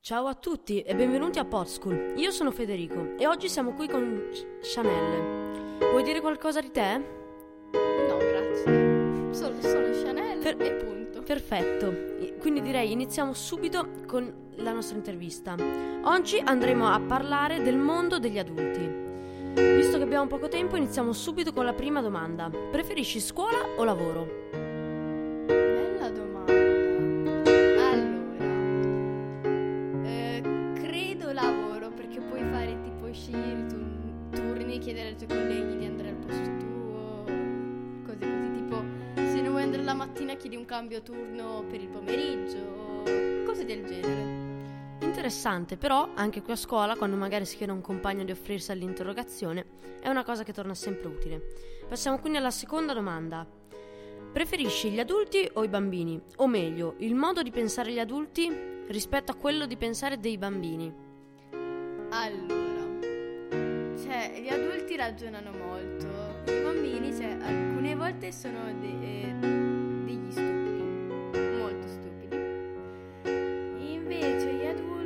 Ciao a tutti e benvenuti a Podschool. Io sono Federico e oggi siamo qui con Chanel. Vuoi dire qualcosa di te? No, grazie. Sono Chanel e punto. Perfetto. Quindi direi iniziamo subito con la nostra intervista. Oggi andremo a parlare del mondo degli adulti. Visto che abbiamo poco tempo, iniziamo subito con la prima domanda. Preferisci scuola o lavoro? Bella domanda. Allora, credo lavoro, perché puoi fare tipo scegliere i turni, chiedere ai tuoi colleghi di andare al posto tuo, cose così, tipo se non vuoi andare la mattina chiedi un cambio turno per il pomeriggio, cose del genere. Interessante, però anche qui a scuola, quando magari si chiede a un compagno di offrirsi all'interrogazione, è una cosa che torna sempre utile. Passiamo quindi alla seconda domanda. Preferisci gli adulti o i bambini? O meglio, il modo di pensare agli adulti rispetto a quello di pensare dei bambini? Allora, gli adulti ragionano molto, i bambini, alcune volte sono degli stupidi, molto stupidi. Invece gli adulti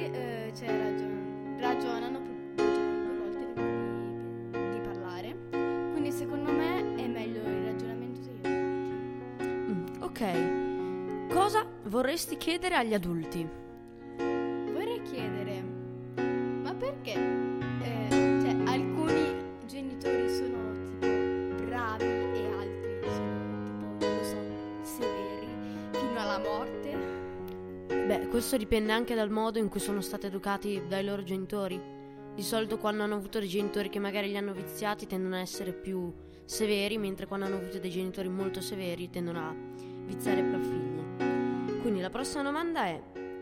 ragionano due volte prima di parlare, quindi secondo me è meglio il ragionamento degli adulti. Ok, cosa vorresti chiedere agli adulti? Vorrei chiedere, ma perché alcuni genitori sono tipo bravi e altri sono tipo, non lo so, severi fino alla morte? Beh, questo dipende anche dal modo in cui sono stati educati dai loro genitori. Di solito quando hanno avuto dei genitori che magari li hanno viziati tendono a essere più severi, mentre quando hanno avuto dei genitori molto severi tendono a viziare più a figli. Quindi la prossima domanda è,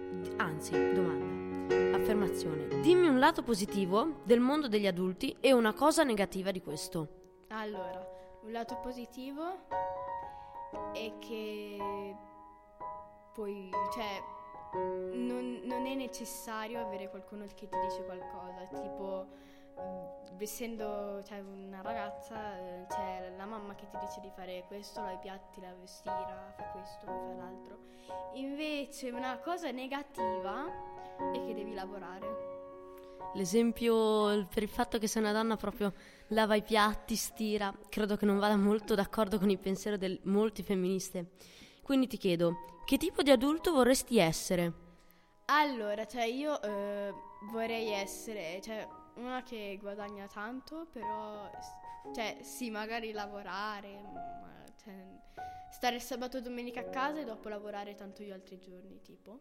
affermazione. Dimmi un lato positivo del mondo degli adulti e una cosa negativa di questo. Allora, un lato positivo è che poi, non è necessario avere qualcuno che ti dice qualcosa, tipo essendo una ragazza, c'è la mamma che ti dice di fare questo, lava i piatti, la vestire, fa questo, fa l'altro. Invece una cosa negativa è che devi lavorare. L'esempio per il fatto che sei una donna proprio lava i piatti, stira, credo che non vada molto d'accordo con il pensiero di molte femministe. Quindi ti chiedo, che tipo di adulto vorresti essere? Allora, io vorrei essere, una che guadagna tanto, però, sì, magari lavorare, stare il sabato e domenica a casa e dopo lavorare tanto gli altri giorni, tipo.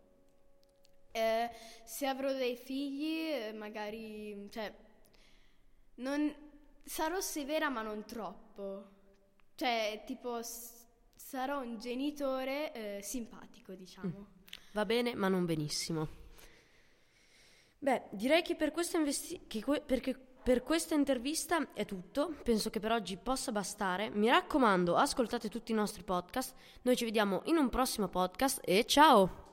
Se avrò dei figli, magari, non sarò severa ma non troppo. Tipo, sarò un genitore simpatico, diciamo. Va bene, ma non benissimo. Beh, direi che per questa intervista è tutto. Penso che per oggi possa bastare. Mi raccomando, ascoltate tutti i nostri podcast. Noi ci vediamo in un prossimo podcast e ciao!